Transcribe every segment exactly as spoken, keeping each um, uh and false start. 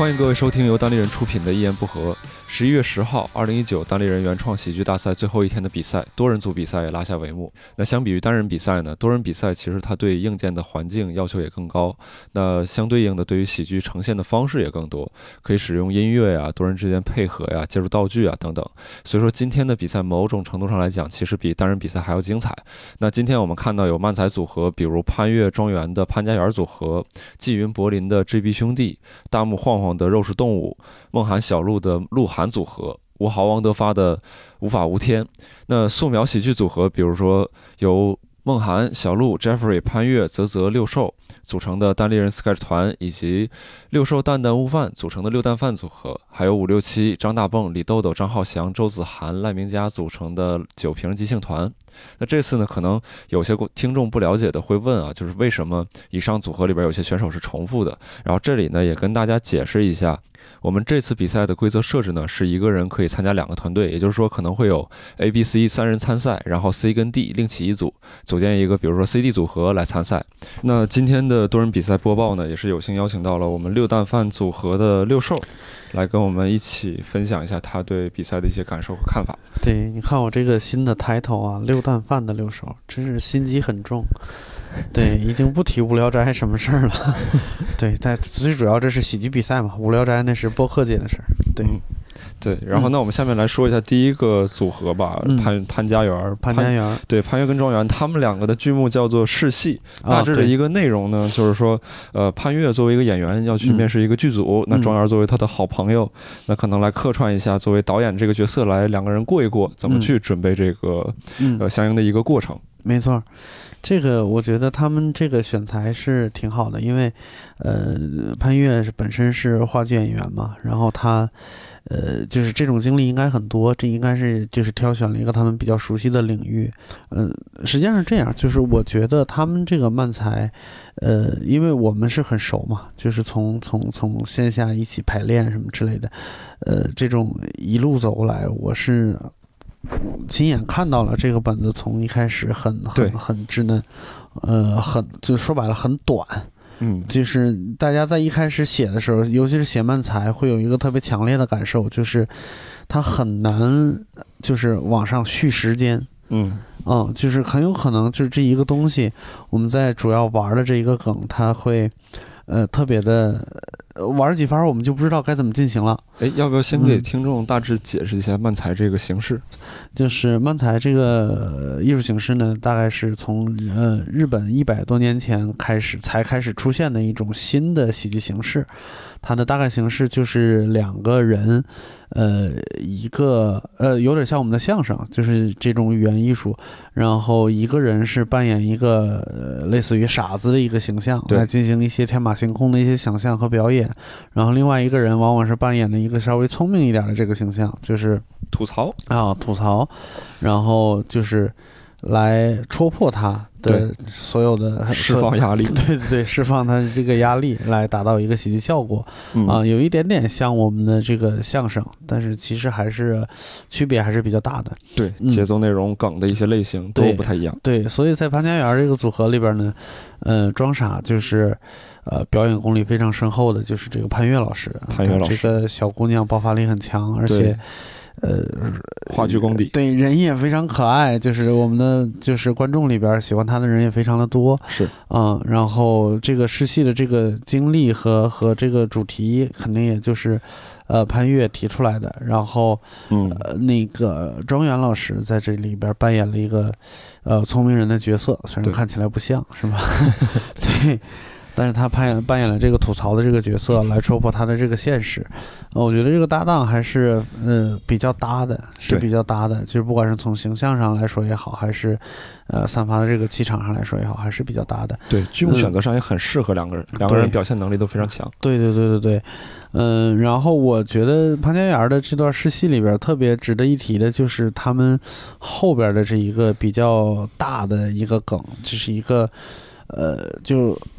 欢迎各位收听由当地人出品的《一言不合》。十一月十号，二零一九当地人原创喜剧大赛最后一天的比赛，多人组比赛也拉下帷幕。那相比于单人比赛呢，多人比赛其实它对硬件的环境要求也更高，那相对应的对于喜剧呈现的方式也更多，可以使用音乐呀、多人之间配合呀、借助道具啊等等。所以说今天的比赛某种程度上来讲，其实比单人比赛还要精彩。那今天我们看到有漫才组合，比如潘越庄园的潘家园组合，纪云柏林的 G B 兄弟，大木晃晃的肉食动物，梦涵小鹿的鹿晗组合，吴豪王德发的无法无天。那素描喜剧组合，比如说由梦涵、小鹿、Jeffrey、潘越、泽泽、六兽组成的单立人 sketch 团，以及六兽蛋蛋悟饭组成的六蛋饭组合，还有五六七张大蹦、李豆豆、张浩翔、周子涵、赖明佳组成的九瓶即兴团。那这次呢，可能有些听众不了解的会问啊，就是为什么以上组合里边有些选手是重复的？然后这里呢，也跟大家解释一下。我们这次比赛的规则设置呢，是一个人可以参加两个团队，也就是说可能会有 A、B、C 三人参赛，然后 C 跟 D 另起一组，组建一个比如说 C D 组合来参赛。那今天的多人比赛播报呢，也是有幸邀请到了我们六蛋饭组合的六兽，来跟我们一起分享一下他对比赛的一些感受和看法。 对，你看我这个新的title啊，六蛋饭的六兽，真是心机很重。对，已经不提无聊斋什么事儿了。对，但最主要这是喜剧比赛嘛，无聊斋那是播客界的事儿。对、嗯， 对。然后那我们下面来说一下第一个组合吧，嗯、潘潘家园， 潘家园， 对，潘越跟庄园，他们两个的剧目叫做试戏，大致的一个内容呢，啊、就是说，呃，潘越作为一个演员要去面试一个剧组，嗯、那庄园作为他的好朋友，嗯、那可能来客串一下，作为导演这个角色来两个人过一过，怎么去准备这个、嗯、呃相应的一个过程。 没错。这个我觉得他们这个选材是挺好的，因为，呃，潘越是本身是话剧演员嘛，然后他，呃，就是这种经历应该很多，这应该是就是挑选了一个他们比较熟悉的领域。嗯、呃，实际上是这样，就是我觉得他们这个漫才，呃，因为我们是很熟嘛，就是从从从线下一起排练什么之类的，呃，这种一路走过来，我是。亲眼看到了这个本子从一开始很很很稚嫩，呃，很就说白了很短， 嗯， 就是大家在一开始写的时候，尤其是写漫才，会有一个特别强烈的感受，就是它很难，就是往上续时间， 嗯嗯，就是很有可能就是这一个东西，我们在主要玩的这一个梗，它会，呃，特别的。玩几番我们就不知道该怎么进行了。 哎，要不要先给听众大致解释一下漫才这个形式？ 嗯、就是漫才这个艺术形式呢，大概是从呃日本一百多年前开始才开始出现的一种新的喜剧形式。它的大概形式就是两个人，呃，一个呃有点像我们的相声，就是这种语言艺术。然后一个人是扮演一个、呃、类似于傻子的一个形象，来进行一些天马行空的一些想象和表演。然后另外一个人往往是扮演的一个稍微聪明一点的这个形象，就是吐槽啊吐槽，然后就是来戳破他的所有的释放压力， 对对对，释放他这个压力，来达到一个喜剧效果、嗯、啊，有一点点像我们的这个相声，但是其实还是区别还是比较大的。 对，嗯、节奏、内容、梗的一些类型都不太一样。 对，对所以在潘家园这个组合里边呢，呃，装傻就是呃表演功力非常深厚的，就是这个潘越老师。 潘越老师， 这个小姑娘爆发力很强，而且。呃， 话剧功底， 对人也非常可爱，就是我们的就是观众里边喜欢他的人也非常的多， 是啊、嗯，然后这个试戏的这个经历和和这个主题肯定也就是呃潘越提出来的，然后嗯、 呃那个庄园老师在这里边扮演了一个呃聪明人的角色，虽然看起来不像是吧？对。但是他扮演扮演了这个吐槽的这个角色，来戳破他的这个现实。呃，我觉得这个搭档还是呃比较搭的，是比较搭的。就是不管是从形象上来说也好，还是呃散发的这个气场上来说也好，还是比较搭的。 对，剧目选择上也很适合两个人，嗯、两个人表现能力都非常强。 对对对对对，嗯，然后我觉得潘家园的这段试戏里边特别值得一提的就是他们后边的这一个比较大的一个梗，就是一个呃就。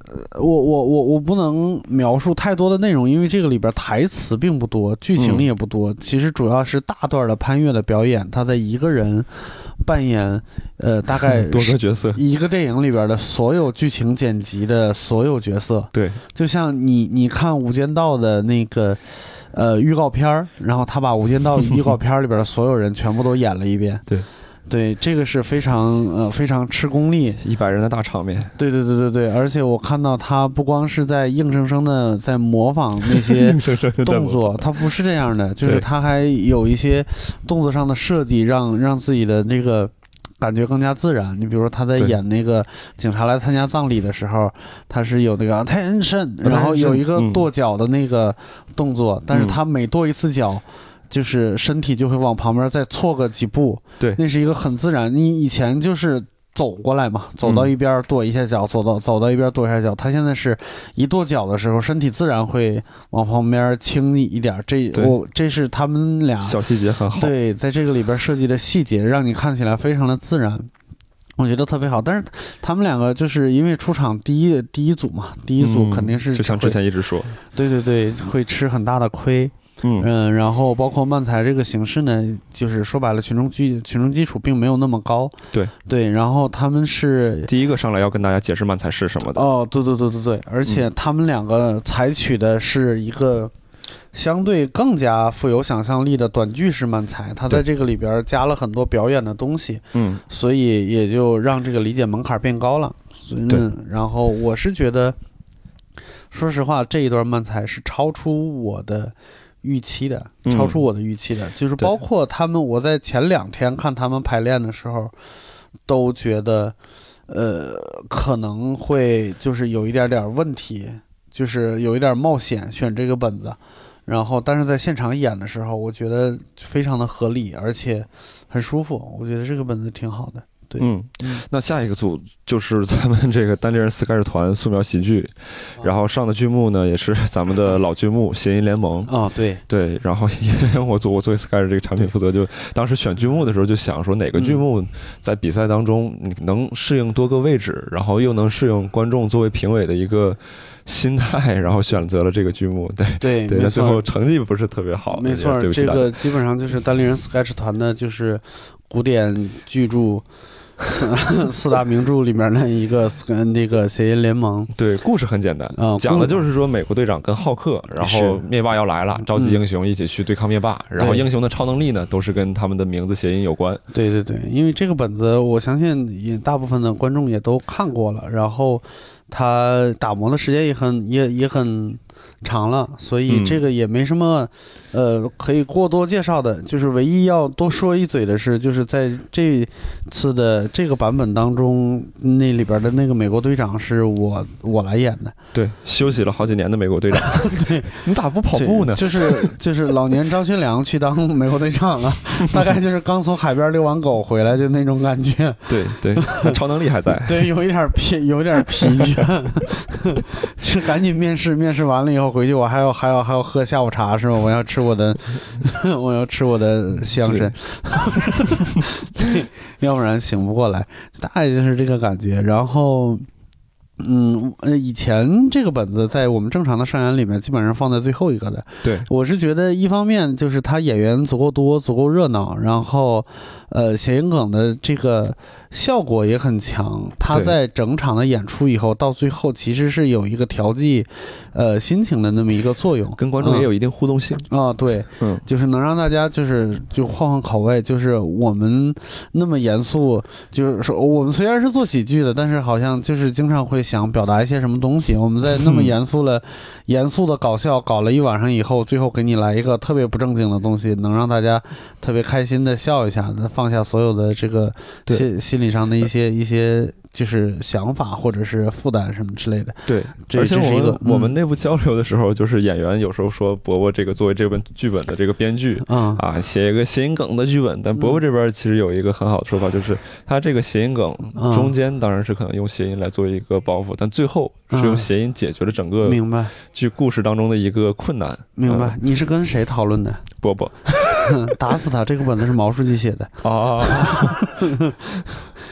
我我我我不能描述太多的内容，因为这个里边台词并不多，剧情也不多，嗯、其实主要是大段的潘越的表演，他在一个人扮演呃大概多个角色， 一个电影里边的所有剧情剪辑的所有角色， 对， 就像你你看《无间道》的那个呃预告片，然后他把《无间道》预告片里边的所有人全部都演了一遍， 对。 对，这个是非常呃非常吃功力， 一百人的大场面。 对对对对对，而且我看到他不光是在硬生生的在模仿那些动作，他不是这样的，就是他还有一些动作上的设计让，让让自己的那个感觉更加自然。你比如说他在演那个警察来参加葬礼的时候，他是有那个 attention， 然后有一个跺脚的那个动作，嗯、但是他每跺一次脚。就是身体就会往旁边再错个几步， 对， 那是一个很自然。你以前就是走过来嘛，走到一边跺一下脚，嗯、走到走到一边跺一下脚。他现在是一跺脚的时候，身体自然会往旁边倾一点。这我这是他们俩小细节很好， 对，在这个里边设计的细节，让你看起来非常的自然。我觉得特别好，但是他们两个就是因为出场第一第一组嘛，第一组肯定是、 嗯、就像之前一直说， 对对对，会吃很大的亏。嗯, 嗯，然后包括漫才这个形式呢，就是说白了，群众基群众基础并没有那么高。 对对，然后他们是第一个上来要跟大家解释漫才是什么的。 哦，对对对对对，而且他们两个采取的是一个相对更加富有想象力的短句式漫才，他在这个里边加了很多表演的东西。嗯，所以也就让这个理解门槛变高了。嗯，然后我是觉得，说实话，这一段漫才是超出我的预期的，超出我的预期的，嗯、就是包括他们，我在前两天看他们排练的时候，都觉得，呃，可能会就是有一点点问题，就是有一点冒险选这个本子，然后但是在现场演的时候，我觉得非常的合理，而且很舒服，我觉得这个本子挺好的。对， 嗯，那下一个组就是咱们这个单立人 sketch 团素描喜剧，然后上的剧目呢也是咱们的老剧目谐音联盟啊、哦，对对，然后因为我做我作为 sketch 这个产品负责，就当时选剧目的时候就想说哪个剧目在比赛当中能适应多个位置，然后又能适应观众作为评委的一个心态，然后选择了这个剧目，对对对，那最后成绩不是特别好， 没错，这个基本上就是单立人 sketch 团的就是古典巨著。四四大名著里面的一个那个谐音联盟， 对，故事很简单，嗯、讲的就是说美国队长跟浩克，然后灭霸要来了，召集英雄一起去对抗灭霸，嗯、然后英雄的超能力呢都是跟他们的名字谐音有关。 对对对，因为这个本子我相信也大部分的观众也都看过了，然后他打磨的时间也很也也很长了，所以这个也没什么、嗯、呃可以过多介绍的，就是唯一要多说一嘴的是，就是在这次的这个版本当中，那里边的那个美国队长是我我来演的。 对，休息了好几年的美国队长。 对， 你咋不跑步呢？ 就是就是老年张学良去当美国队长了，大概就是刚从海边遛完狗回来就那种感觉。 对对，超能力还在。 对，有一点疲，有点疲倦，是赶紧面试，面试完了以后回去，我还要还要还要喝下午茶是吧？我要吃我的，我要吃我的香参，对，要不然醒不过来，大概就是这个感觉。然后。嗯，呃，以前这个本子在我们正常的上演里面，基本上放在最后一个的。 对， 我是觉得一方面就是他演员足够多，足够热闹，然后，呃，谐音梗的这个效果也很强。他在整场的演出以后，到最后其实是有一个调剂，呃，心情的那么一个作用， 跟观众也有一定互动性。 啊、嗯哦，对，嗯，就是能让大家就是就换换口味，就是我们那么严肃，就是说我们虽然是做喜剧的，但是好像就是经常会。想表达一些什么东西，我们在那么严肃了、严肃的搞笑搞了一晚上以后，最后给你来一个特别不正经的东西，能让大家特别开心的笑一下，放下所有的这个心心理上的一些一些就是想法或者是负担什么之类的。 对，而且我们、嗯、我们内部交流的时候，就是演员有时候说伯伯这个作为这本剧本的这个编剧，嗯啊，写一个谐音梗的剧本，但伯伯这边其实有一个很好的说法，就是他这个谐音梗中间当然是可能用谐音来做一个包袱，但最后是用谐音解决了整个明白剧故事当中的一个困难。 明白？你是跟谁讨论的？ 伯伯， 打死他！这个本子是毛书记写的啊。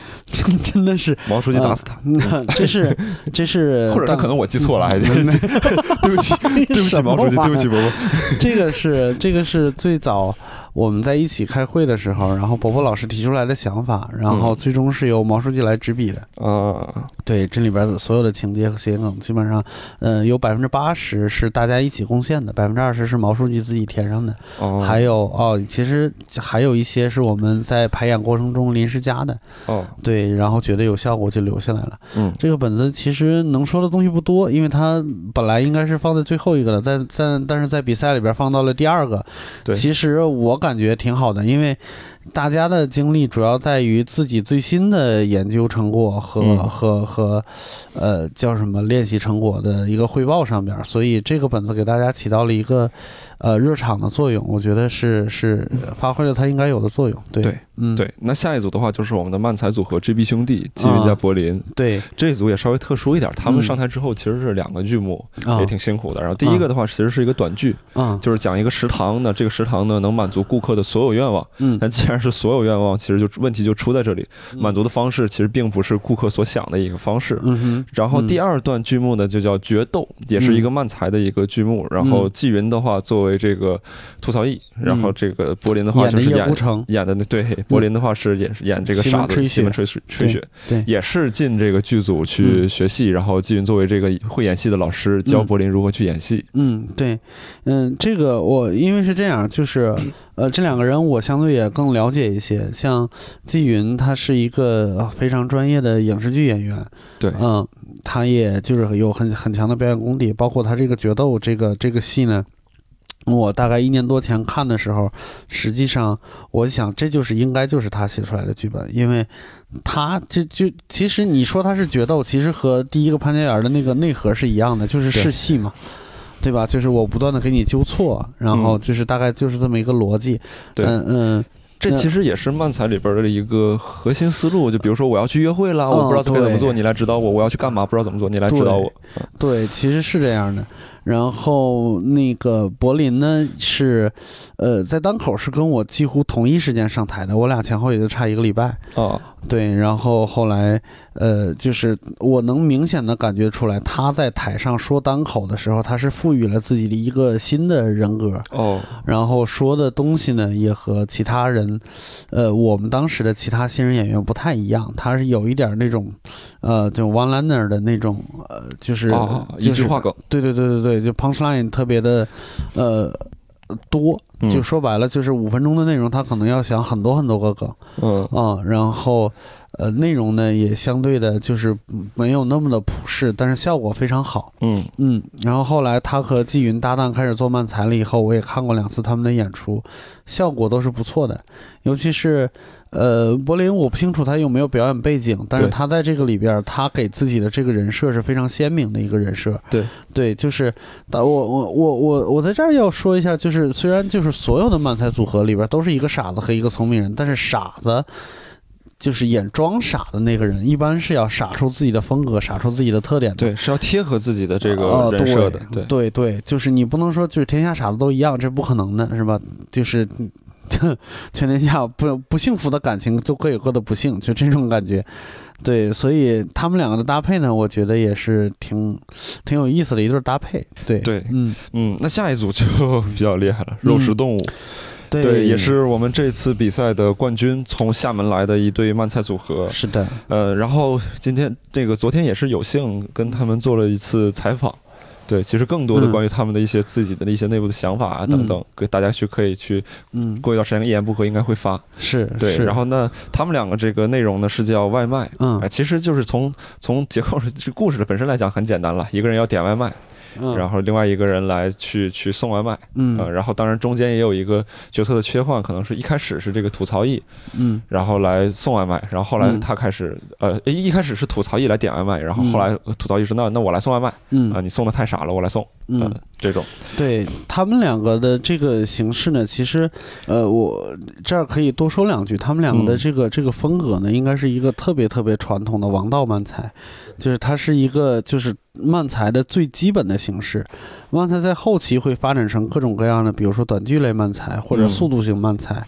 真的是毛书记打死他。 呃、这是这是， 或者可能我记错了，还、嗯、对不起，对不起，毛书记，对不起，伯伯。 这个是这个是最早我们在一起开会的时候，然后伯伯老师提出来的想法，然后最终是由毛书记来执笔的。啊、嗯，对，这里边的所有的情节和谐梗，基本上，呃，有百分之八十是大家一起贡献的，百分之二十是毛书记自己填上的。哦，还有哦，其实还有一些是我们在排演过程中临时加的。哦，对，然后觉得有效果就留下来了。嗯，这个本子其实能说的东西不多，因为它本来应该是放在最后一个的，在在但是在比赛里边放到了第二个。对，其实我感觉挺好的，因为大家的精力主要在于自己最新的研究成果和、嗯、和和呃叫什么练习成果的一个汇报上边，所以这个本子给大家起到了一个呃热场的作用，我觉得是是发挥了它应该有的作用。对对，嗯，对。那下一组的话就是我们的漫才组合 G B 兄弟季云加柏林、啊。对，这一组也稍微特殊一点，他们上台之后其实是两个剧目，嗯、也挺辛苦的。然后第一个的话其实是一个短剧，嗯，就是讲一个食堂呢，这个食堂呢能满足顾客的所有愿望，嗯，但既然是所有愿望，其实就问题就出在这里，满足的方式其实并不是顾客所想的一个方式。嗯哼。然后第二段剧目呢就叫决斗，也是一个漫才的一个剧目。然后季云的话作为这个吐槽役，然后这个柏林的话就是演演的对，柏林的话是演演这个傻子西门吹吹雪，对，也是进这个剧组去学戏，然后季云作为这个会演戏的老师教柏林如何去演戏。 嗯，对，嗯，这个我因为是这样，就是呃这两个人我相对也更了解一些，像季云他是一个非常专业的影视剧演员，对，嗯，他也就是有很很强的表演功底，包括他这个决斗这个这个戏呢。我大概一年多前看的时候，实际上我想这就是应该就是他写出来的剧本，因为他就就其实你说他是决斗，其实和第一个潘家园的那个内核是一样的，就是试戏嘛， 对, 对吧？就是我不断的给你纠错，然后就是大概就是这么一个逻辑。对，嗯嗯。 这其实也是漫才里边的一个核心思路，就比如说我要去约会了，我不知道该怎么做，你来指导我；我要去干嘛，不知道怎么做，你来指导我。 对，其实是这样的。然后那个柏林呢是，呃，在单口是跟我几乎同一时间上台的，我俩前后也就差一个礼拜。哦，对，然后后来，呃，就是我能明显的感觉出来，他在台上说单口的时候，他是赋予了自己的一个新的人格。哦，然后说的东西呢，也和其他人，呃，我们当时的其他新人演员不太一样，他是有一点那种，呃，就 one liner 的那种，呃，就是、 哦就是、 一句话梗。 对对对对对。就 punchline 特别的，呃，多，就说白了就是五分钟的内容，他可能要想很多很多个梗，嗯啊，然后呃内容呢也相对的就是没有那么的普世，但是效果非常好，嗯嗯。然后后来他和季云搭档开始做漫才了以后，我也看过两次他们的演出，效果都是不错的，尤其是。呃，柏林我不清楚他有没有表演背景，但是他在这个里边，他给自己的这个人设是非常鲜明的一个人设。对对，就是我我我我我在这儿要说一下，就是虽然就是所有的漫才组合里边都是一个傻子和一个聪明人，但是傻子就是演装傻的那个人，一般是要傻出自己的风格，傻出自己的特点的。 对，是要贴合自己的这个人设的。 呃、对对 对, 对，就是你不能说就是天下傻子都一样，这不可能的，是吧？就是。全天下不不幸福的感情都各有各的不幸，就这种感觉。对，所以他们两个的搭配呢，我觉得也是挺挺有意思的一对搭配。对对，嗯嗯，那下一组就比较厉害了，肉食动物。嗯对, 对，也是我们这次比赛的冠军，从厦门来的一对漫才组合。 是的， 呃，然后今天这个昨天也是有幸跟他们做了一次采访。对，其实更多的关于他们的一些自己的一些内部的想法啊等等，给、嗯、大家去可以去，嗯，过一段时间一言不合应该会发。 是， 对。 是然后呢，他们两个这个内容呢是叫外卖，嗯，哎，其实就是从从结构这故事的本身来讲很简单了，一个人要点外卖。嗯、然后另外一个人来去去送外卖，嗯、呃，然后当然中间也有一个角色的切换，可能是一开始是这个吐槽役，嗯，然后来送外卖，然后后来他开始，嗯、呃，一开始是吐槽役来点外卖，然后后来吐槽役说那那我来送外卖，嗯啊、呃，你送的太傻了，我来送，嗯、呃，这种， 对他们两个的这个形式呢，其实，呃，我这儿可以多说两句，他们两个的这个、嗯、这个风格呢，应该是一个特别特别传统的王道漫才。就是它是一个就是漫才的最基本的形式，漫才在后期会发展成各种各样的，比如说短剧类漫才或者速度型漫才，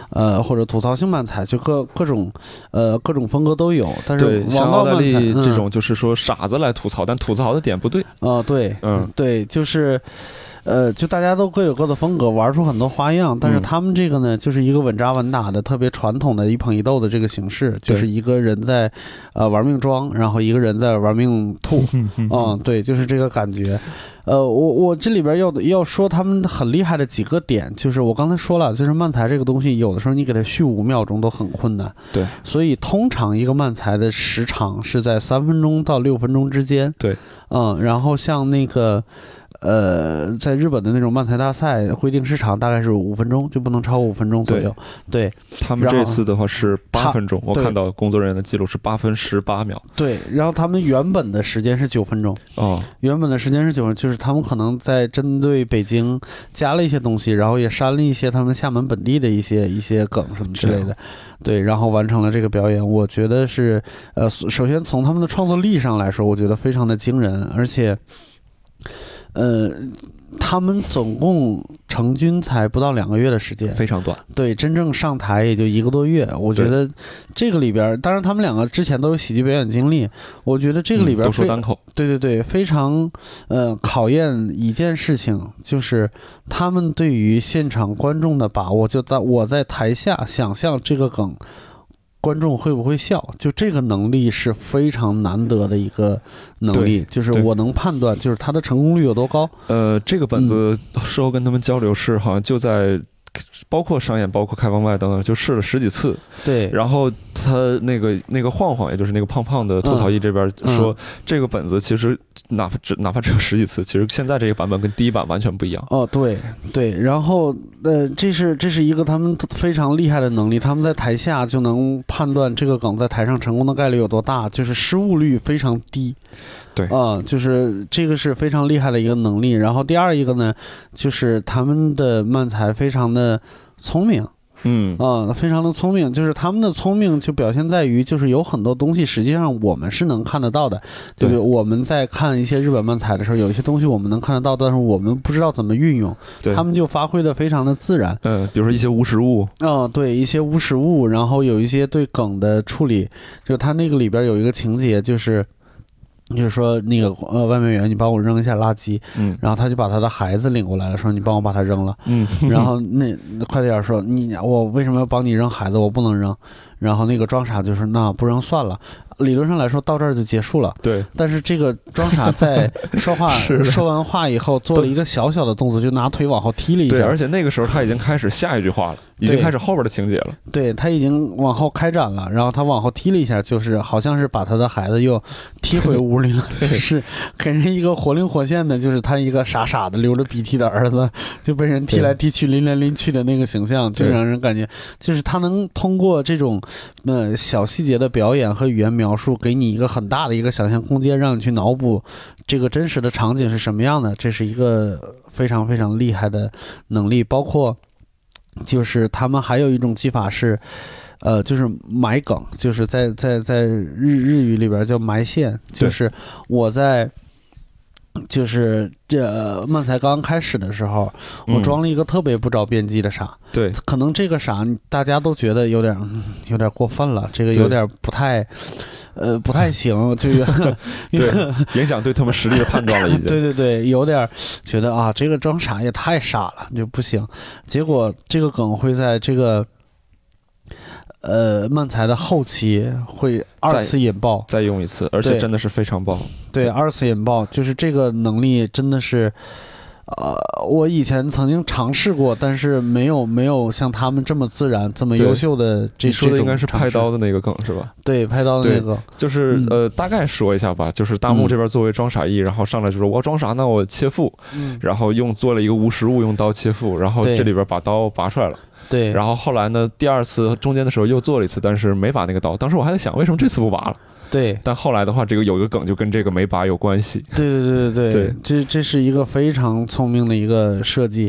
呃或者吐槽性漫才，就各各种呃各种风格都有。但是对，像奥黛王道漫才丽这种嗯就是说傻子来吐槽，但吐槽的点不对。 呃对嗯对，就是呃就大家都各有各的风格，玩出很多花样。但是嗯他们这个呢，就是一个稳扎稳打的特别传统的一捧一逗的这个形式，就是一个人在呃玩命装，然后一个人在玩命吐。嗯，对，就是这个感觉。呃，我我这里边要要说他们很厉害的几个点，就是我刚才说了，就是漫才这个东西，有的时候你给它续五秒钟都很困难。 对， 所以通常一个漫才的时长是在三分钟到六分钟之间。 对， 嗯，然后像那个。呃，在日本的那种漫才大赛，规定时长大概是五分钟，就不能超过五分钟左右。对， 他们这次的话是八分钟，我看到工作人员的记录是八分十八秒。 对，然后他们原本的时间是九分钟。 哦， 原本的时间是九分钟，就是他们可能在针对北京加了一些东西，然后也删了一些他们厦门本地的一些一些梗什么之类的。对，然后完成了这个表演，我觉得是呃，首先从他们的创作力上来说，我觉得非常的惊人，而且。呃，他们总共成军才不到两个月的时间， 非常短。 对，真正上台也就一个多月。我觉得这个里边，当然他们两个之前都有喜剧表演经历，我觉得这个里边、嗯、 都说单口， 对对对，非常呃考验一件事情，就是他们对于现场观众的把握。就在我在台下想象这个梗。观众会不会笑？就这个能力是非常难得的一个能力，就是我能判断，就是它的成功率有多高。 呃，这个本子事后跟他们交流是，好像就在包括商演、包括开放麦等等，就试了十几次。 对， 然后他那个那个晃晃，也就是那个胖胖的吐槽艺这边说，嗯、这个本子其实哪怕只哪怕只有十几次，其实现在这个版本跟第一版完全不一样。 哦，对对，然后呃，这是这是一个他们非常厉害的能力，他们在台下就能判断这个梗在台上成功的概率有多大，就是失误率非常低。 对啊、呃，就是这个是非常厉害的一个能力。然后第二一个呢，就是他们的漫才非常的聪明。 嗯啊、呃，非常的聪明，就是他们的聪明就表现在于，就是有很多东西实际上我们是能看得到的，对不对？我们在看一些日本漫才的时候，有一些东西我们能看得到，但是我们不知道怎么运用，他们就发挥的非常的自然。 嗯，比如说一些无实物， 嗯、呃，对，一些无实物，然后有一些对梗的处理，就他那个里边有一个情节就是。就是说那个呃外卖员，你帮我扔一下垃圾， 嗯， 然后他就把他的孩子领过来了，说你帮我把它扔了， 嗯， 然后那快递员说你我为什么要帮你扔孩子，我不能扔，然后那个装傻就说那不扔算了。理论上来说到这儿就结束了， 对。 但是这个装傻在说话说完话以后做了一个小小的动作，就拿腿往后踢了一下。 对，而且那个时候他已经开始下一句话了，已经开始后边的情节了。 对，他已经往后开展了，然后他往后踢了一下，就是好像是把他的孩子又踢回屋里了，就是给人一个活灵活现的，就是他一个傻傻的流着鼻涕的儿子就被人踢来踢去、拎来拎去的那个形象，就让人感觉就是他能通过这种呃小细节的表演和语言描述，给你一个很大的一个想象空间，让你去脑补这个真实的场景是什么样的。这是一个非常非常厉害的能力。包括就是他们还有一种技法是呃，就是埋梗，就是在在在日日语里边叫埋线，就是我在就是这漫才刚开始的时候，我装了一个特别不着边际的傻。 对、嗯， 可能这个傻大家都觉得有点有点过分了，这个有点不太呃不太行，就对影响对他们实力的判断了已经。 对对对，有点觉得啊，这个装傻也太傻了，就不行。结果这个梗会在这个。呃，漫才的后期会二次引爆， 再, 再用一次，而且真的是非常爆。 对，二次引爆就是这个能力真的是，呃，我以前曾经尝试过，但是没有没有像他们这么自然、这么优秀的这。 你说的应该是拍刀的那个梗是吧？ 对，拍刀的那个， 就是、嗯、呃，大概说一下吧，就是大木这边作为装傻艺、嗯，然后上来就说我要装傻，那我切腹、嗯，然后用做了一个无实物，用刀切腹，然后这里边把刀拔出来了。 对， 然后后来呢？第二次中间的时候又做了一次，但是没拔那个刀。当时我还在想，为什么这次不拔了？ 对， 但后来的话，这个有一个梗就跟这个没拔有关系。 对对对对对，这这是一个非常聪明的一个设计。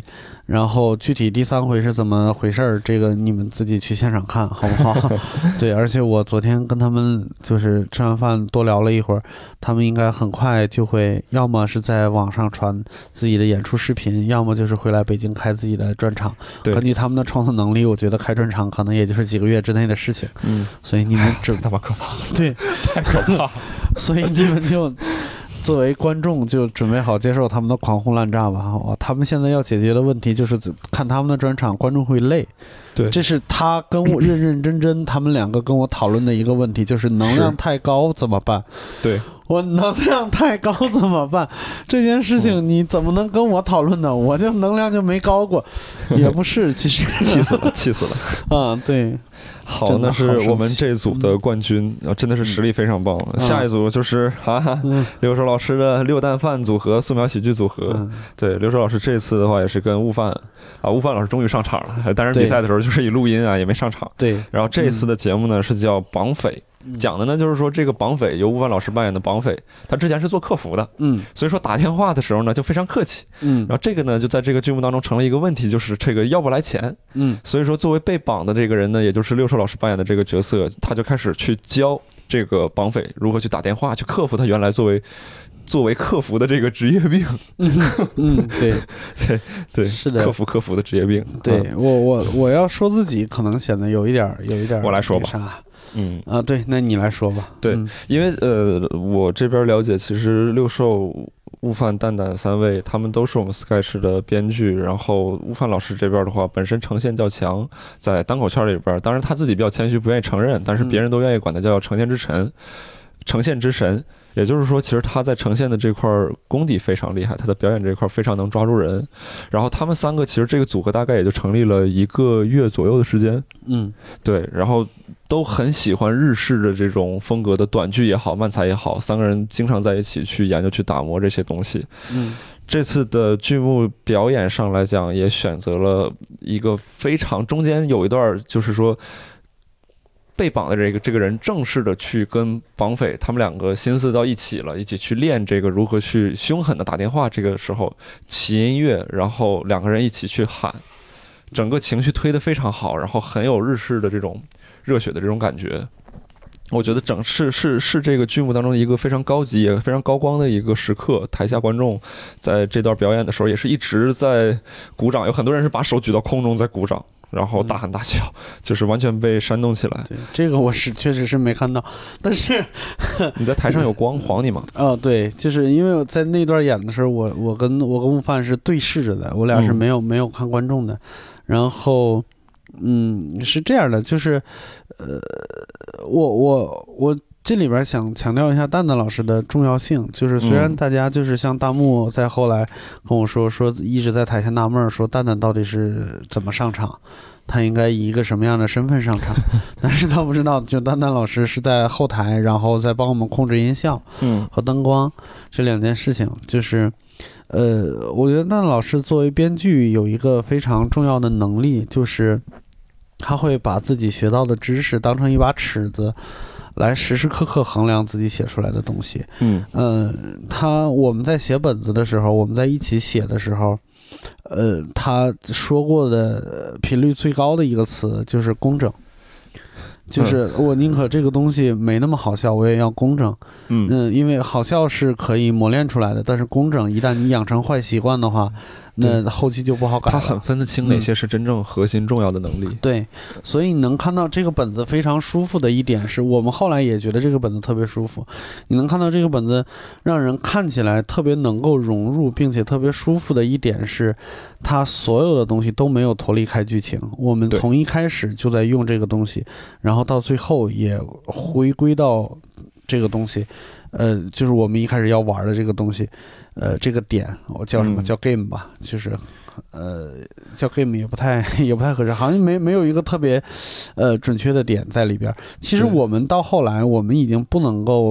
然后具体第三回是怎么回事儿，这个你们自己去现场看好不好？对，而且我昨天跟他们就是吃完饭多聊了一会儿，他们应该很快就会，要么是在网上传自己的演出视频，要么就是回来北京开自己的专场。根据他们的创作能力，我觉得开专场可能也就是几个月之内的事情。嗯，所以你们只他妈可怕， 对， 太可怕。 所以你们就作为观众就准备好接受他们的狂轰滥炸吧。哦，他们现在要解决的问题就是看他们的专场，观众会累。 对， 这是他跟我认认真真他们两个跟我讨论的一个问题，就是能量太高怎么办？ 对。 我能量太高怎么办？这件事情你怎么能跟我讨论呢？我就能量就没高过，也不是，其实气死了，气死了啊！对， 好，那是我们这组的冠军，嗯、真的是实力非常棒。嗯、下一组就是哈哈，嗯、刘守老师的六蛋饭组合、素描喜剧组合。嗯、对，刘守老师这次的话也是跟悟饭啊，悟饭老师终于上场了，但是比赛的时候就是以录音啊，也没上场。 对， 然后这次的节目呢、嗯、是叫绑匪。讲的呢，就是说这个绑匪由悟饭老师扮演的绑匪，他之前是做客服的，嗯，所以说打电话的时候呢就非常客气，嗯，然后这个呢就在这个剧目当中成了一个问题，就是这个要不来钱，嗯，所以说作为被绑的这个人呢，也就是六兽老师扮演的这个角色，他就开始去教这个绑匪如何去打电话，去克服他原来作为作为客服的这个职业病。 嗯嗯，对对对， 是的， 克服克服的职业病。 对、嗯、我我我要说自己可能显得有一点有一点， 我来说吧。 嗯啊，对，那你来说吧。 对， 嗯、 因为呃，我这边了解，其实六兽、悟饭、蛋蛋三位，他们都是我们 Sketch 的编剧。然后悟饭老师这边的话，本身呈现较强，在单口圈里边，当然他自己比较谦虚，不愿意承认，但是别人都愿意管他叫呈现之神、呈现之神。也就是说，其实他在呈现的这块功底非常厉害，他的表演这块非常能抓住人。然后他们三个其实这个组合大概也就成立了一个月左右的时间。嗯，对，然后都很喜欢日式的这种风格的短剧也好，漫才也好，三个人经常在一起去研究、去打磨这些东西。嗯，这次的剧目表演上来讲，也选择了一个非常中间有一段，就是说。被绑的这个这个人正式的去跟绑匪他们两个心思到一起了，一起去练这个如何去凶狠的打电话。这个时候起音乐，然后两个人一起去喊，整个情绪推得非常好，然后很有日式的这种热血的这种感觉。我觉得整是是是这个剧目当中一个非常高级也非常高光的一个时刻。台下观众在这段表演的时候也是一直在鼓掌，有很多人是把手举到空中在鼓掌。然后大喊大叫，嗯、就是完全被煽动起来。 对，这个我是确实是没看到，但是你在台上有光晃你吗？ 哦，对，就是因为我在那段演的时候，我我跟我跟悟饭是对视着的，我俩是没有、嗯、没有看观众的。然后，嗯，是这样的，就是呃，我我我。这里边想强调一下蛋蛋老师的重要性，就是虽然大家就是像大木在后来跟我说说一直在台下纳闷说蛋蛋到底是怎么上场，他应该以一个什么样的身份上场，但是他不知道，就蛋蛋老师是在后台，然后再帮我们控制音效和灯光这两件事情，就是呃，我觉得蛋蛋老师作为编剧有一个非常重要的能力，就是他会把自己学到的知识当成一把尺子。来时时刻刻衡量自己写出来的东西。嗯，呃，他我们在写本子的时候，我们在一起写的时候，呃，他说过的频率最高的一个词就是工整，就是我宁可这个东西没那么好笑，我也要工整。嗯嗯，因为好笑是可以磨练出来的，但是工整一旦你养成坏习惯的话。那后期就不好改了。 他很分得清哪些是真正核心重要的能力。 嗯、对，所以你能看到这个本子非常舒服的一点是，我们后来也觉得这个本子特别舒服。你能看到这个本子让人看起来特别能够融入，并且特别舒服的一点是，它所有的东西都没有脱离开剧情。我们从一开始就在用这个东西，然后到最后也回归到这个东西。呃，就是我们一开始要玩的这个东西，呃，这个点我叫什么、嗯、叫 game 吧，就是呃叫 game 也不太也不太合适，好像没没有一个特别呃准确的点在里边。其实我们到后来，我们已经不能够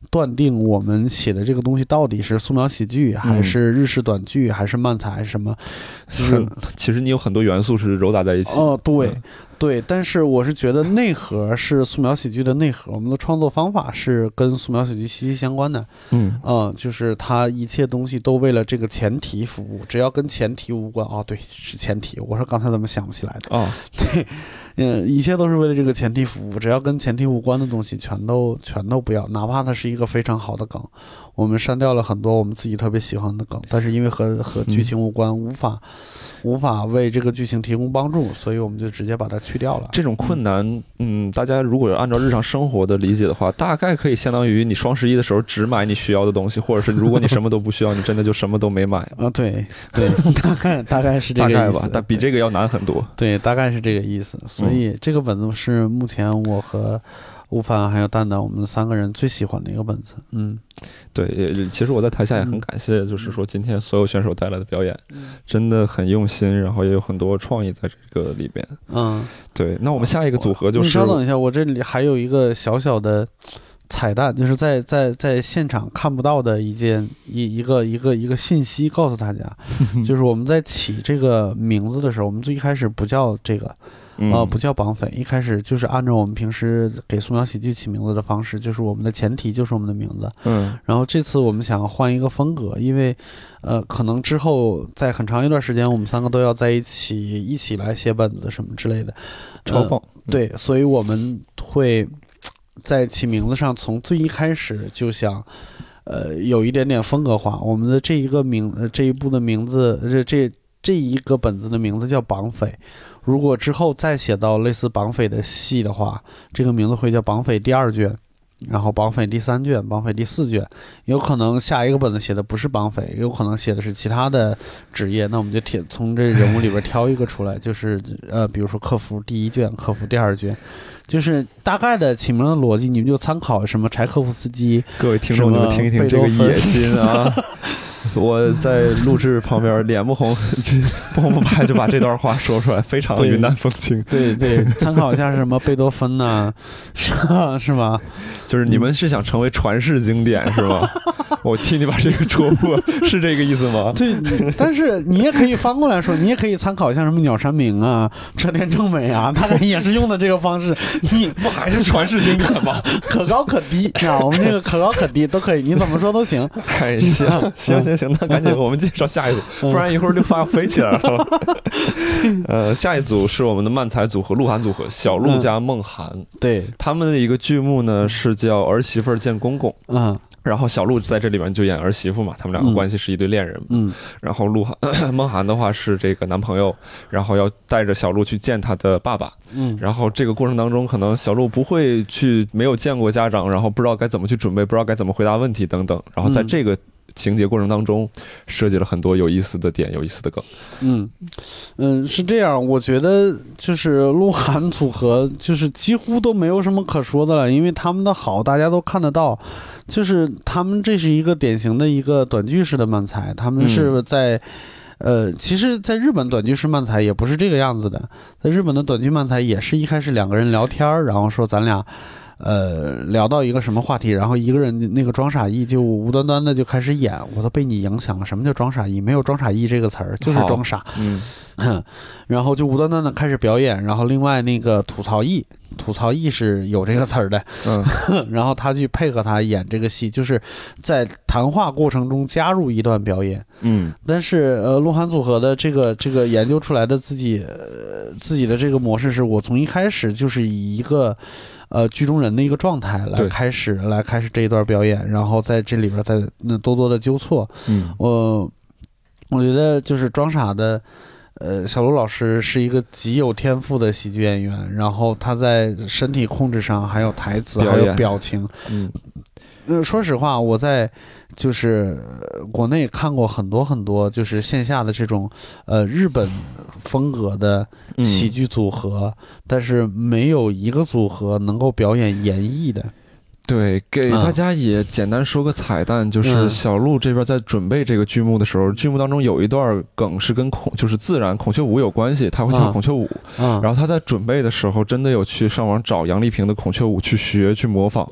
断定我们写的这个东西到底是素描喜剧还是日式短剧还是漫才什么，就是、 其实你有很多元素是糅杂在一起。 哦，对。嗯对，但是我是觉得内核是素描喜剧的内核，我们的创作方法是跟素描喜剧息息相关的。 嗯， 呃，就是它一切东西都为了这个前提服务，只要跟前提无关。哦，对，是前提。我说刚才怎么想不起来的？ 哦， 对，嗯，一切都是为了这个前提服务，只要跟前提无关的东西，全都全都不要，哪怕它是一个非常好的梗。我们删掉了很多我们自己特别喜欢的梗，但是因为和和剧情无关，嗯、无法无法为这个剧情提供帮助，所以我们就直接把它去掉了。 这种困难，嗯，大家如果按照日常生活的理解的话，大概可以相当于你双十一的时候只买你需要的东西，或者是如果你什么都不需要，你真的就什么都没买。 啊，对对，大概大概是这个意思， 大概吧，但比这个要难很多。 对，大概是这个意思。所以这个本子是目前我和悟饭还有蛋蛋我们三个人最喜欢的一个本子。嗯， 对，其实我在台下也很感谢，就是说今天所有选手带来的表演，真的很用心，然后也有很多创意在这个里边。嗯，对。那我们下一个组合就是， 你稍等一下，我这里还有一个小小的彩蛋，就是在在在现场看不到的一件一一个一个一个信息，告诉大家，就是我们在起这个名字的时候，我们最一开始不叫这个。呃，不叫绑匪，一开始就是按照我们平时给素描喜剧起名字的方式，就是我们的前提就是我们的名字。嗯，然后这次我们想换一个风格，因为，呃，可能之后在很长一段时间，我们三个都要在一起一起来写本子什么之类的。 超棒、呃。 对，所以我们会在起名字上从最一开始就想，呃，有一点点风格化。我们的这一个名，呃、这一部的名字，这这这一个本子的名字叫绑匪。如果之后再写到类似绑匪的戏的话，这个名字会叫绑匪第二卷，然后绑匪第三卷，绑匪第四卷，有可能下一个本子写的不是绑匪，有可能写的是其他的职业，那我们就挑从这人物里边挑一个出来，就是呃，比如说客服第一卷，客服第二卷，就是大概的起名的逻辑，你们就参考什么柴可夫斯基， 各位听众你们听一听这个野心啊。我在录制旁边脸不红不红不白就把这段话说出来，非常云淡风轻。 对 对, 对，参考一下什么贝多芬呐、啊，是吧？ 就是你们是想成为传世经典是吧？我替你把这个戳破，是这个意思吗？ 对，但是你也可以翻过来说，你也可以参考像什么鸟山明啊、车田正美啊，大概也是用的这个方式。你不还是传世经典吗？ 可高可低啊，我们这个可高可低都可以，你怎么说都行。 哎，行行行行，那赶紧我们介绍下一组，不然一会儿就发要飞起来了。呃，下一组是我们的漫才组合鹿晗组合，小鹿加梦涵。嗯、 对， 他们的一个剧目呢是叫儿媳妇见公公。嗯。然后小鹿在这里面就演儿媳妇嘛，他们两个关系是一对恋人。嗯，然后鹿晗、呃、梦涵的话是这个男朋友，然后要带着小鹿去见他的爸爸。嗯，然后这个过程当中，可能小鹿不会去，没有见过家长，然后不知道该怎么去准备，不知道该怎么回答问题等等。然后在这个情节过程当中，设计了很多有意思的点，有意思的梗。 嗯嗯，是这样，我觉得就是鹿晗组合就是几乎都没有什么可说的了，因为他们的好大家都看得到。就是他们这是一个典型的一个短剧式的漫才，他们是在、嗯、呃，其实在日本短剧式漫才也不是这个样子的，在日本的短剧漫才也是一开始两个人聊天，然后说咱俩呃聊到一个什么话题，然后一个人那个装傻艺就无端端的就开始演，我都被你影响了。什么叫装傻艺？没有装傻艺这个词儿，就是装傻。嗯，然后就无端端的开始表演，然后另外那个吐槽艺，吐槽艺是有这个词儿的。嗯，然后他去配合他演这个戏，就是在谈话过程中加入一段表演。嗯，但是呃，鹿晗组合的这个这个研究出来的自己、呃、自己的这个模式是，我从一开始就是以一个。呃，剧中人的一个状态来开始，来开始这一段表演，然后在这里边再多多的纠错。嗯，我我觉得就是装傻的，呃，小鹿老师是一个极有天赋的喜剧演员，然后他在身体控制上，还有台词，还有表情。嗯，呃，说实话，我在就是国内看过很多很多，就是线下的这种呃日本风格的喜剧组合，嗯、但是没有一个组合能够表演演绎的。 对，给大家也简单说个彩蛋，嗯、就是小鹿这边在准备这个剧目的时候，剧目当中有一段梗是跟孔就是自然孔雀舞有关系，他会跳孔雀舞，嗯、然后他在准备的时候真的有去上网找杨丽萍的孔雀舞去学去模仿。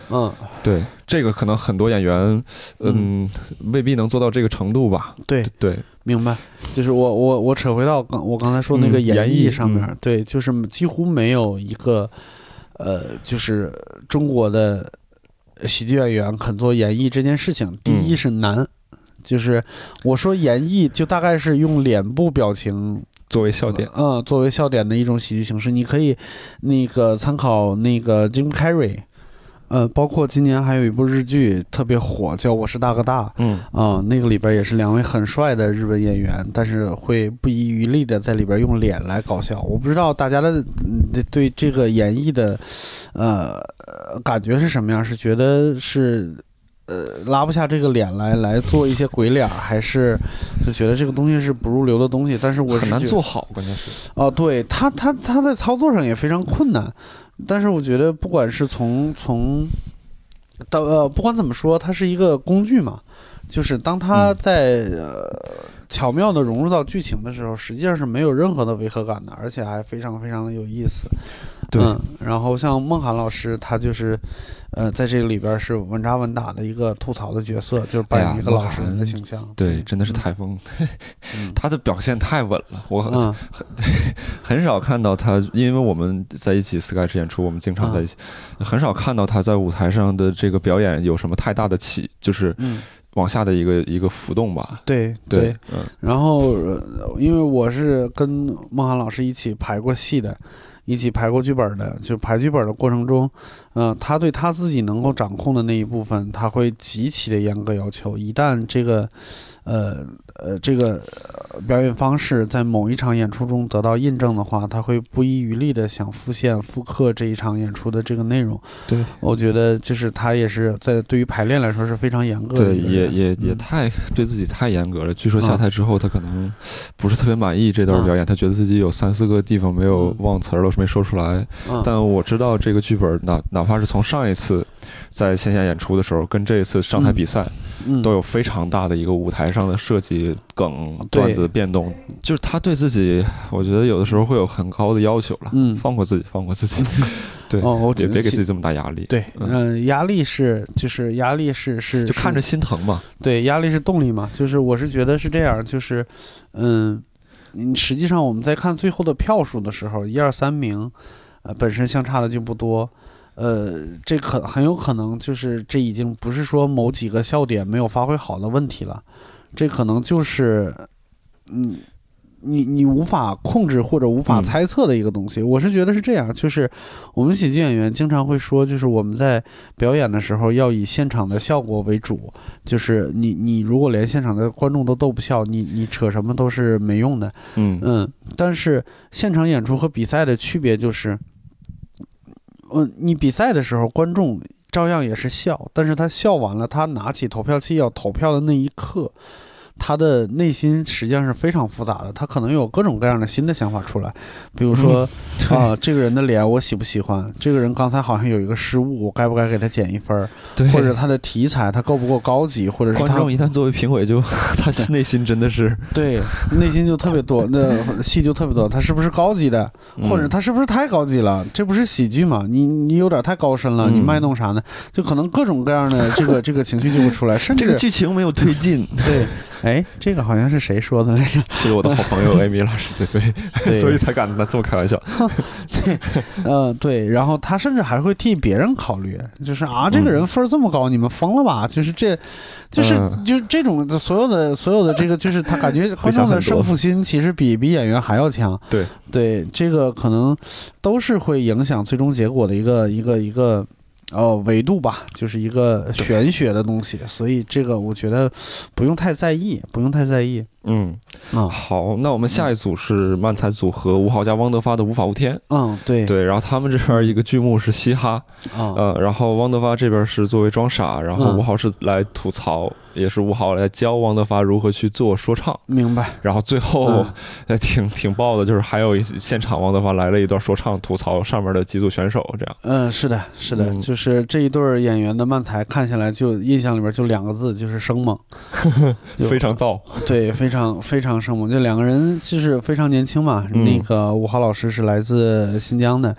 嗯， 对，这个可能很多演员，嗯，嗯未必能做到这个程度吧。 对对， 明白。就是我我我扯回到刚我刚才说那个演绎上面，嗯、对，就是几乎没有一个，呃，就是中国的喜剧演员肯做演绎这件事情。第一是难，嗯、就是我说演绎就大概是用脸部表情。 作为笑点， 嗯，作为笑点的一种喜剧形式，你可以那个参考那个 Jim Carrey， 呃，包括今年还有一部日剧特别火，叫《我是大哥大》， 嗯啊、呃，那个里边也是两位很帅的日本演员，但是会不遗余力的在里边用脸来搞笑。我不知道大家的对这个演绎的，呃，感觉是什么样？是觉得是。呃，拉不下这个脸来来做一些鬼脸，还是就觉得这个东西是不入流的东西？但是我是很难做好，关键是哦、呃，对他他他在操作上也非常困难。但是我觉得，不管是从从到呃，不管怎么说，它是一个工具嘛，就是当它在、嗯、呃巧妙的融入到剧情的时候，实际上是没有任何的违和感的，而且还非常非常的有意思。 对， 嗯，然后像孟涵老师，他就是，呃，在这个里边是稳扎稳打的一个吐槽的角色，就是扮演一个老实人的形象。哎、 对，真的是台风，嗯、他的表现太稳了，我很、 嗯、 很少看到他，因为我们在一起 sketch 演出，我们经常在一起，嗯、很少看到他在舞台上的这个表演有什么太大的起，就是往下的一个、嗯、一个浮动吧。 对对， 对嗯， 然后、呃、因为我是跟孟涵老师一起排过戏的。一起排过剧本的，就排剧本的过程中，呃，他对他自己能够掌控的那一部分，他会极其的严格要求。一旦这个，呃呃，这个表演方式在某一场演出中得到印证的话，他会不遗余力的想复现、复刻这一场演出的这个内容。 对， 我觉得就是他也是在对于排练来说是非常严格的。 对，也也也太、嗯、对自己太严格了。据说下台之后，他可能不是特别满意这段表演，嗯、他觉得自己有三四个地方没有忘词儿了。没说出来， 嗯、 但我知道这个剧本哪哪怕是从上一次在线下演出的时候，跟这一次上台比赛， 嗯、 都有非常大的一个舞台上的设计梗、段子变动。就是他对自己，我觉得有的时候会有很高的要求了。 嗯， 放过自己，放过自己。对， 哦，我也别给自己这么大压力。 对，嗯、呃，压力是就是压力是是就看着心疼嘛。 对，压力是动力嘛。就是我是觉得是这样，就是嗯。嗯，实际上我们在看最后的票数的时候，一二三名，呃，本身相差的就不多，呃，这可很有可能就是这已经不是说某几个笑点没有发挥好的问题了，这可能就是，嗯。你你无法控制或者无法猜测的一个东西，嗯、我是觉得是这样，就是我们喜剧演员经常会说，就是我们在表演的时候要以现场的效果为主，就是你你如果连现场的观众都逗不笑，你你扯什么都是没用的， 嗯嗯。但是现场演出和比赛的区别就是，呃，你比赛的时候观众照样也是笑，但是他笑完了，他拿起投票器要投票的那一刻。他的内心实际上是非常复杂的，他可能有各种各样的新的想法出来，比如说啊、嗯呃，这个人的脸我喜不喜欢？这个人刚才好像有一个失误，我该不该给他减一分？或者他的题材他够不够高级？或者是他观众一旦作为评委就，他内心真的是对内心就特别多，那戏就特别多。他是不是高级的？或者他是不是太高级了？这不是喜剧嘛？你你有点太高深了，你卖弄啥呢？就可能各种各样的这个这个情绪就会出来，甚至这个剧情没有推进。 对。哎，这个好像是谁说的来着？ 是我的好朋友 Amy 老师，所以所以才敢这么开玩笑。 对，呃，对，然后他甚至还会替别人考虑，就是啊，这个人分这么高，嗯、你们疯了吧？就是这，就是、嗯、就这种所有的所有的这个，就是他感觉观众的胜负心其实比比演员还要强。 对对，这个可能都是会影响最终结果的一个一个一个。哦，维度吧，就是一个玄学的东西，所以这个我觉得不用太在意，不用太在意。 嗯， 啊， 好，那我们下一组是漫才组合吴昊加汪德发的无法无天。 嗯，对对，然后他们这边一个剧目是嘻哈， 啊， 呃，然后汪德发这边是作为装傻，然后吴昊是来吐槽。嗯也是吴昊来教汪德发如何去做说唱， 明白。 然后最后，嗯、挺挺爆的，就是还有一现场汪德发来了一段说唱，吐槽上面的几组选手，这样。 嗯，是的，是的，嗯、就是这一对演员的漫才看下来，就印象里边就两个字，就是生猛， 非常燥。 对，非常非常生猛。这两个人就是非常年轻嘛，嗯、那个吴昊老师是来自新疆的。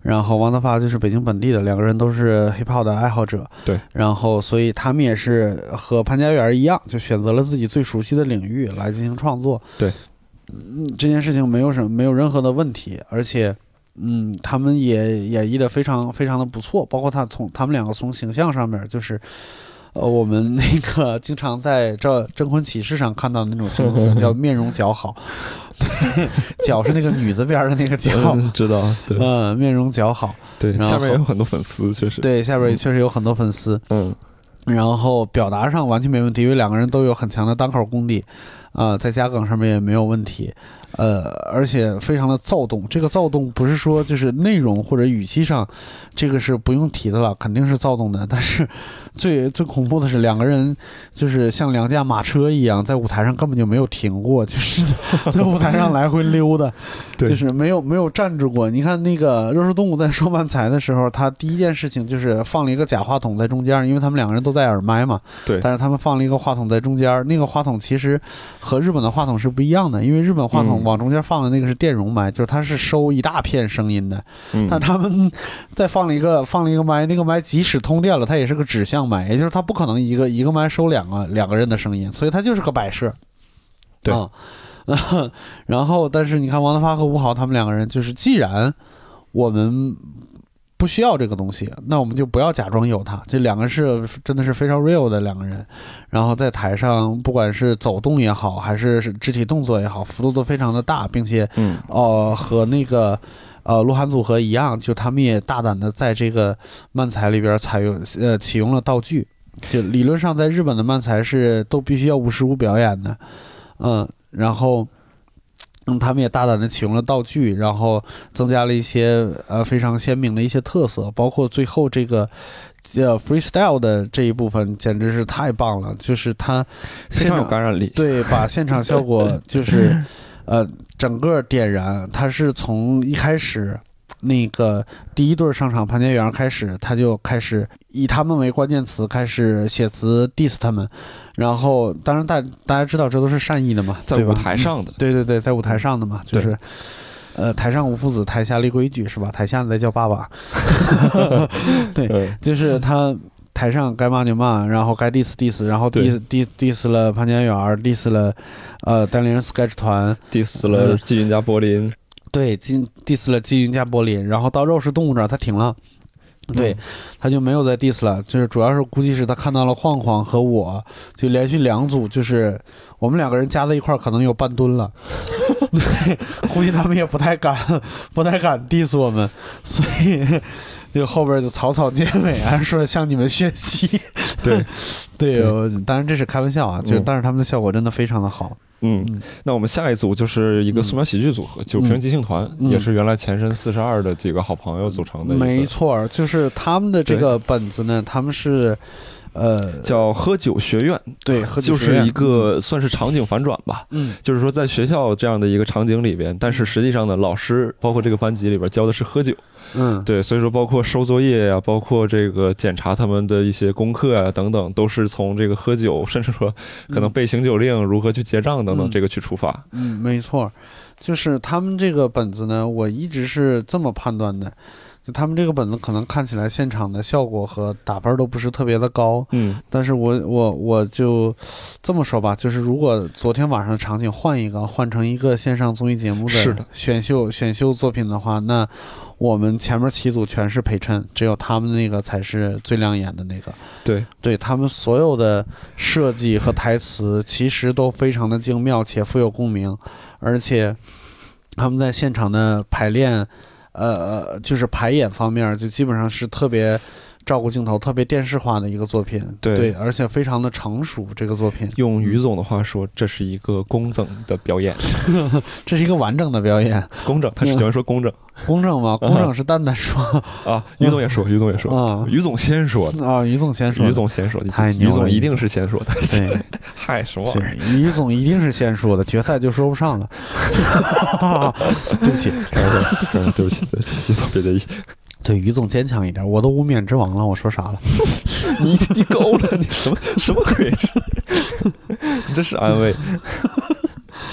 然后王德发就是北京本地的，两个人都是 hiphop 的爱好者。 对， 然后所以他们也是和潘家园一样，就选择了自己最熟悉的领域来进行创作。 对， 嗯，这件事情没有什么没有任何的问题，而且。嗯，他们也演绎的非常非常的不错，包括他从他们两个从形象上面，就是，呃，我们那个经常在这《征婚启事》上看到的那种形容词叫面容姣好，对，姣是那个女字边的那个姣， 嗯、知道，对， 嗯，面容姣好， 对，下面也有很多粉丝，确实， 对，下边也确实有很多粉丝， 嗯， 然后表达上完全没问题，因为两个人都有很强的单口功底，啊、呃，在加梗上面也没有问题。呃，而且非常的躁动，这个躁动不是说就是内容或者语气上，这个是不用提的了，肯定是躁动的。但是最最恐怖的是，两个人就是像两架马车一样，在舞台上根本就没有停过，就是在舞台上来回溜达，就是没有没有站住过。你看那个肉食动物在说漫才的时候，他第一件事情就是放了一个假话筒在中间，因为他们两个人都戴耳麦嘛， 对。 但是他们放了一个话筒在中间，那个话筒其实和日本的话筒是不一样的，因为日本话筒、嗯往中间放的那个是电容麦，就是它是收一大片声音的，嗯、但他们再放了一个放了一个麦，那个麦即使通电了，它也是个指向麦，也就是它不可能一个一个麦收两个两个人的声音，所以它就是个摆设。 对， 嗯、然后但是你看王德发和吴豪他们两个人，就是既然我们不需要这个东西，那我们就不要假装有它。这两个是真的是非常 real 的两个人，然后在台上不管是走动也好，还是肢体动作也好，幅度都非常的大，并且，嗯，哦、呃，和那个，呃，鹿晗组合一样，就他们也大胆的在这个漫才里边采用呃启用了道具。就理论上在日本的漫才是都必须要无实物表演的，嗯，然后。嗯，他们也大胆的启用了道具，然后增加了一些呃非常鲜明的一些特色，包括最后这个呃 freestyle 的这一部分简直是太棒了，就是它非常有感染力， 对，把现场效果就是呃整个点燃，它是从一开始。那个第一对上场潘家园开始，他就开始以他们为关键词开始写词 diss 他们，然后当然大大家知道这都是善意的嘛， 在舞台上的， 对对对，在舞台上的嘛，就是呃台上无父子，台下立规矩是吧？台下再叫爸爸，对，就是他。台上该骂就骂，然后该 diss diss， 然后 diss diss diss 了潘家园 ，diss 了呃单立人 sketch 团 ，diss 了季云加柏林。 对，进 diss 了季云加柏林，然后到肉食动物这儿他停了，对、嗯，他就没有再 diss 了，就是主要是估计是他看到了晃晃和我，就连续两组，就是我们两个人加在一块儿可能有半吨了，对，估计他们也不太敢，不太敢 diss 我们，所以就后边就草草结尾啊，说向你们学习， 对， 对，当然这是开玩笑啊，就、嗯、但是他们的效果真的非常的好。 嗯，那我们下一组就是一个素描喜剧组合，九、嗯、平即兴团、嗯，也是原来前身四十二的几个好朋友组成的。 没错，就是他们的这个本子呢，他们是，呃， 叫喝酒学院， 对，喝酒学院就是一个算是场景反转吧。 嗯， 就是说在学校这样的一个场景里边，但是实际上呢，老师包括这个班级里边教的是喝酒。 嗯， 对，所以说包括收作业呀、啊，包括这个检查他们的一些功课啊等等，都是从这个喝酒，甚至说可能背醒酒令、嗯、如何去结账等等、嗯、这个去出发。 嗯，没错，就是他们这个本子呢，我一直是这么判断的。就他们这个本子可能看起来现场的效果和打分都不是特别的高， 嗯， 但是我我我就这么说吧，就是如果昨天晚上的场景换一个，换成一个线上综艺节目的选秀选秀作品的话，那我们前面七组全是陪衬，只有他们那个才是最亮眼的那个。 对， 对他们所有的设计和台词其实都非常的精妙且富有共鸣，而且他们在现场的排练。呃，就是排演方面，就基本上是特别照顾镜头、特别电视化的一个作品。 对， 对，而且非常的成熟。这个作品用于总的话说，这是一个工整的表演， 这是一个完整的表演。 工整，他是喜欢说工整。 工整吗？工整是蛋蛋说啊，于总也说，于总也说啊， 于总先说的啊，于总先说， 于总先说的， 太牛了， 于总一定是先说的。 对， 嗨，什么玩意儿？ 于总一定是先说的，决赛就说不上了。对不起， 开玩笑，对不起，对不起，于总别介意。 对，于总坚强一点，我都无冕之王了，我说啥了？ 你你够了，你什么什么鬼？你这是安慰。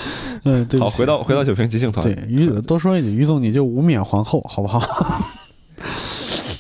嗯，对。 好，回到回到九平即兴团。 对，于多说一句，于总你就无冕皇后，好不好？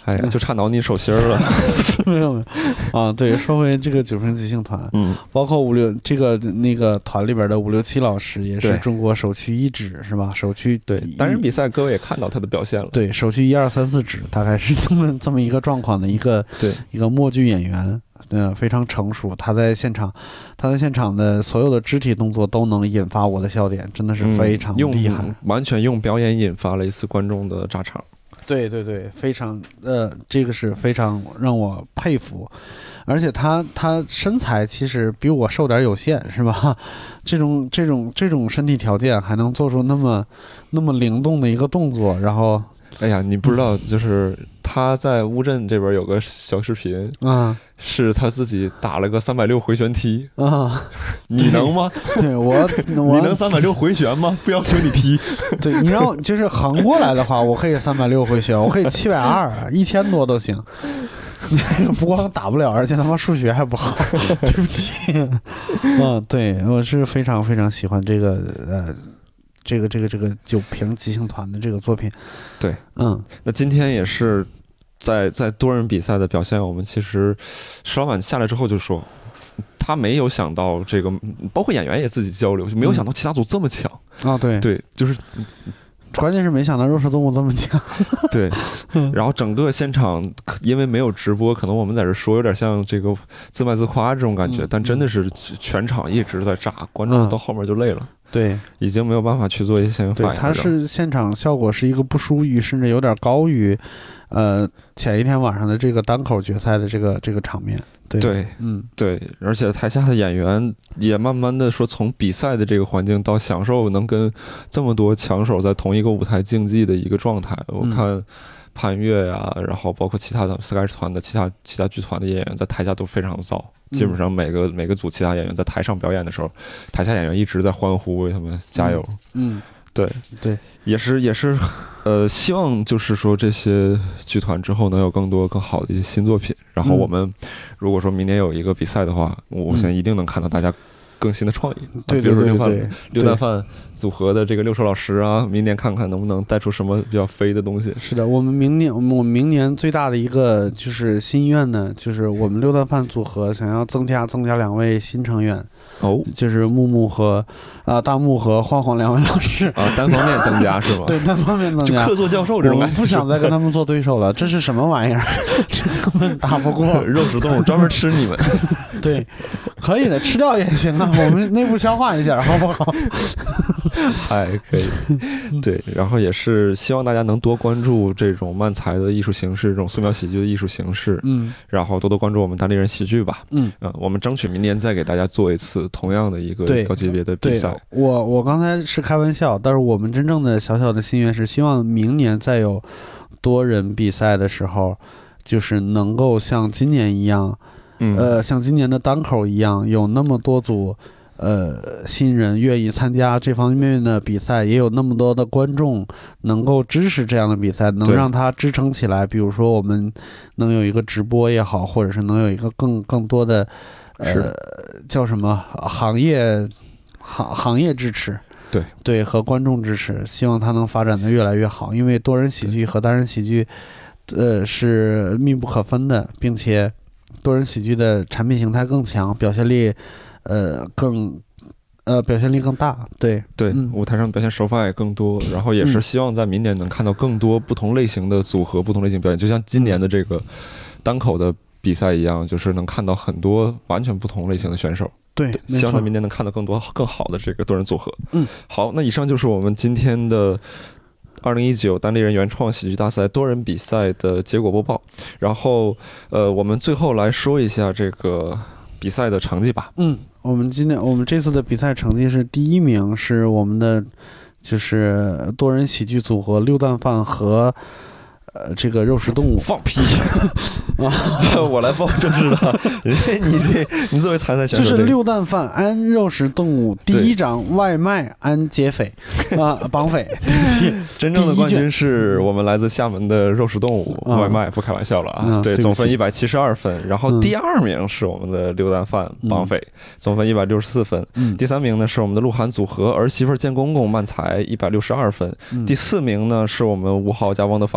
哎呀，就差挠你手心了。 没有没有啊，对，说回这个九平即兴团， 嗯， 包括五六这个那个团里边的五六七老师，也是对中国首屈一指，是吧？首屈对， 一单人比赛各位也看到他的表现了。 对，首屈一二三四指，大概是这么这么一个状况的一个对一个默剧演员，呃，非常成熟。他在现场，他在现场的所有的肢体动作都能引发我的笑点，真的是非常厉害。 嗯、完全用表演引发了一次观众的炸场。 对对对，非常呃，这个是非常让我佩服，而且他他身材其实比我瘦点有限，是吧？这种这种这种身体条件还能做出那么那么灵动的一个动作，然后， 哎呀，你不知道，就是他在乌镇这边有个小视频啊， 是他自己打了个三百六回旋踢啊， 你能吗？ 对我，我你能三百六回旋吗？不要求你踢。 对你让就是横过来的话，我可以三百六回旋，我可以七百二，一千多都行。不光打不了，而且他妈数学还不好，对不起。嗯，对，我是非常非常喜欢这个呃，这个这个这个九平即兴团的这个作品。 对， 嗯， 那今天也是在在多人比赛的表现，我们其实石老板下来之后就说，他没有想到这个，包括演员也自己交流，就没有想到其他组这么强。 啊、哦，对对，就是。 关键是没想到肉食动物这么强。 对，然后整个现场因为没有直播，可能我们在这说有点像这个自卖自夸这种感觉， 嗯、 但真的是全场一直在炸，观众到后面就累了。 嗯、对， 已经没有办法去做一些相应反应。 它是现场效果是一个不输于，甚至有点高于，呃，前一天晚上的这个单口决赛的这个这个场面。对， 对， 嗯， 对，而且台下的演员也慢慢的说，从比赛的这个环境到享受能跟这么多强手在同一个舞台竞技的一个状态。我看潘越呀、啊，然后包括其他的 Sketch 团的其他其他剧团的演员在台下都非常燥，基本上每个每个组其他演员在台上表演的时候，台下演员一直在欢呼为他们加油。 嗯。嗯对对， 也是也是，呃，希望就是说这些剧团之后能有更多更好的一些新作品。然后我们如果说明年有一个比赛的话，嗯、我想一定能看到大家更新的创意。 对、嗯， 比如说六饭六蛋饭组合的这个六兽老师啊，明年看看能不能带出什么比较飞的东西。 是的，我们明年我们明年最大的一个就是心愿呢，就是我们六蛋饭组合想要增加增加两位新成员。 哦， 就是木木和啊、呃、大木和晃晃两位老师啊，单方面增加是吗？ 对，单方面增加， 就客座教授这种感觉。 我不想再跟他们做对手了，这是什么玩意儿？根本打不过。 肉食动物专门吃你们。 对，可以的，吃掉也行啊，我们内部消化一下，好不好？ 还可以，对，然后也是希望大家能多关注这种漫才的艺术形式，这种素描喜剧的艺术形式， 嗯， 然后多多关注我们单立人喜剧吧， 嗯， 呃，我们争取明年再给大家做一次同样的一个高级别的比赛。 我我刚才是开玩笑，但是我们真正的小小的心愿是希望明年再有多人比赛的时候，就是能够像今年一样， 嗯， 呃，像今年的单口一样，有那么多组。呃，新人愿意参加这方面的比赛，也有那么多的观众能够支持这样的比赛，能让它支撑起来。比如说，我们能有一个直播也好，或者是能有一个更更多的呃叫什么行业行行业支持， 对对和观众支持，希望它能发展的越来越好。因为多人喜剧和单人喜剧，呃是密不可分的，并且多人喜剧的产品形态更强，表现力。呃，更，呃，表现力更大，对对、嗯，舞台上表现手法也更多，然后也是希望在明年能看到更多不同类型的组合、嗯、不同类型表演，就像今年的这个单口的比赛一样，就是能看到很多完全不同类型的选手。 对， 对希望在明年能看到更多更好的这个多人组合。 嗯， 好，那以上就是我们今天的二零一九单立人原创喜剧大赛多人比赛的结果播报。然后，呃，我们最后来说一下这个比赛的成绩吧。 嗯。我们今天我们这次的比赛成绩是第一名是我们的就是多人喜剧组合六蛋饭和呃这个肉食动物。 放屁啊！我来报政治的，你你作为参赛选手， 就是六蛋饭安肉食动物第一章外卖安劫匪啊绑匪，对不起， 真正的冠军是我们来自厦门的肉食动物、啊、外卖，不开玩笑了啊！ 啊对，总分一百七十二分，然后第二名是我们的六蛋饭绑匪，嗯、总分一百六十四分、 嗯。 第三名呢是我们的鹿晗组合儿媳妇见公公漫才一百六十二分、嗯。第四名呢是我们吴昊加汪德发的无法无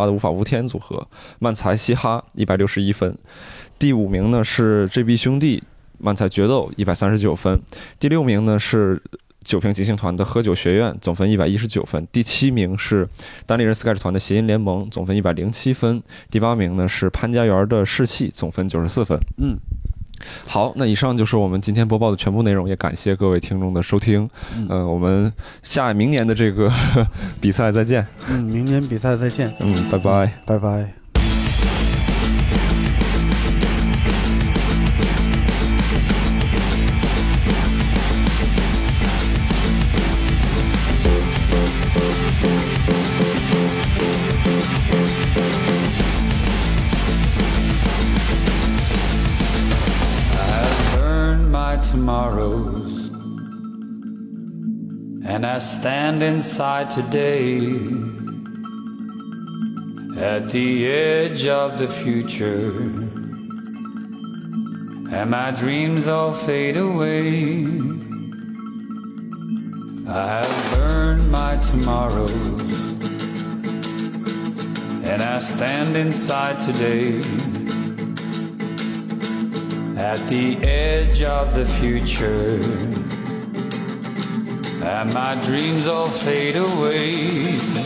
天组合，漫才嘻哈一百六十一分。第五名呢是 J B 兄弟漫才决斗一百三十九分。第六名呢是九平即兴团的喝酒学院，总分一百一十九分。第七名是单立人 sketch 团的谐音联盟，总分一百零七分。第八名呢是潘家园的士气，总分九十四分。 嗯， 好，那以上就是我们今天播报的全部内容，也感谢各位听众的收听。嗯、呃，我们下明年的这个比赛再见。 嗯，明年比赛再见。 嗯，拜拜， 拜拜。 Tomorrows, and I stand inside today at the edge of the future, and my dreams all fade away. I have burned my tomorrows, and I stand inside today at the edge of the future, and my dreams all fade away.